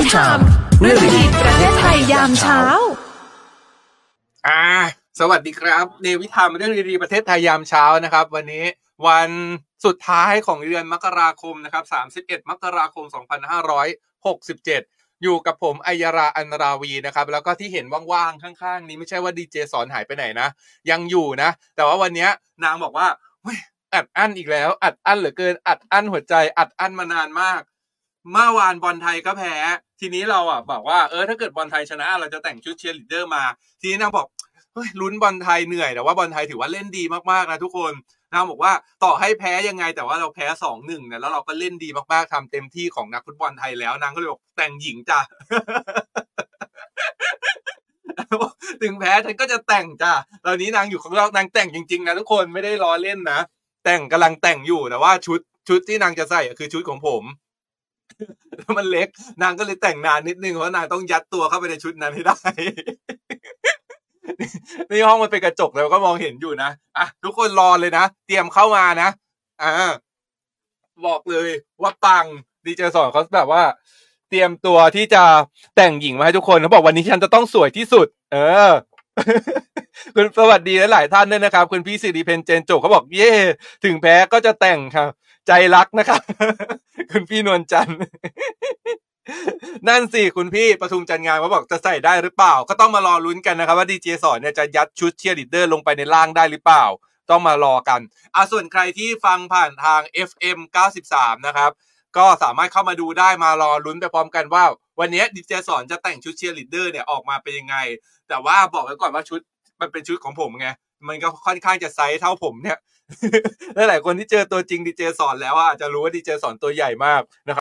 ไทม์เรื่องดีประเทศไทยยามเช้าสวัสดีครับเนวิธามเรื่องดีๆประเทศไทยยามเช้านะครับวันนี้วันสุดท้ายของเดือนมกราคมนะครับ31มกราคม2567อยู่กับผมอัยราอันราวีนะครับแล้วก็ที่เห็นว่างๆข้างๆนี้ไม่ใช่ว่าดีเจสอนหายไปไหนนะยังอยู่นะแต่ว่าวันนี้นางบอกว่าอัดอั้นอีกแล้วอัดอั้นเหลือเกินอัดอั้นหัวใจอัดอั้นมานานมากเมื่อวานบอลไทยก็แพ้ทีนี้เราบอกว่าถ้าเกิดบอลไทยชนะเราจะแต่งชุดเชียร์ลีดเดอร์มาทีนี้นางบอกลุ้นบอลไทยเหนื่อยแต่ว่าบอลไทยถือว่าเล่นดีมากๆนะทุกคนนางบอกว่าต่อให้แพ้ยังไงแต่ว่าเราแพ้ 2-1 เนี่ยแล้วเราก็เล่นดีมากๆทำเต็มที่ของนักฟุตบอลไทยแล้วนางก็เลยบอกแต่งหญิงจ้ะ ถึงแพ้ฉันก็จะแต่งจ้ะตอนนี้นางอยู่ข้างนอกนางแต่งจริงๆนะทุกคนไม่ได้ล้อเล่นนะแต่งกำลังแต่งอยู่แต่ว่าชุดที่นางจะใส่คือชุดของผมมันเล็กนางก็เลยแต่งนานนิดนึงเพราะนางต้องยัดตัวเข้าไปในชุดนั้นให้ได้ นี่ห้องมันเป็นกระจกแล้วก็มองเห็นอยู่นะทุกคนรอเลยนะเตรียมเข้ามานะบอกเลยว่าปังดีเจสอนเขาแบบว่าเตรียมตัวที่จะแต่งหญิงมาให้ทุกคนเขาบอกวันนี้ฉันจะต้องสวยที่สุดคุณสวัสดีหลายท่านด้วยนะครับคุณพี่สิริเพนเจนโจเขาบอกเย่ถึงแพ้ก็จะแต่งครับใจรักนะครับ คุณพี่นวลจันทร์ นั่นสิคุณพี่ปทุมจันทร์งานเขาบอกจะใส่ได้หรือเปล่าก็ต้องมารอลุ้นกันนะครับว่าดีเจสอนเนี่ยจะยัดชุดเชียร์ลีดเดอร์ลงไปในร่างได้หรือเปล่าต้องมารอกันส่วนใครที่ฟังผ่านทาง FM 93นะครับก็สามารถเข้ามาดูได้มารอลุ้นไปพร้อมกันว่าวันนี้ดีเจสอนจะแต่งชุดเชียร์ลีดเดอร์เนี่ยออกมาเป็นยังไงแต่ว่าบอกไว้ก่อนว่าชุดมันเป็นชุดของผมไงมันก็ค่อนข้างจะไซส์เท่าผมเนี่ย หลายคนที่เจอตัวจริงดีเจสอนแล้วอาจจะรู้ว่าดีเจสอนตัวใหญ่มากนะครับ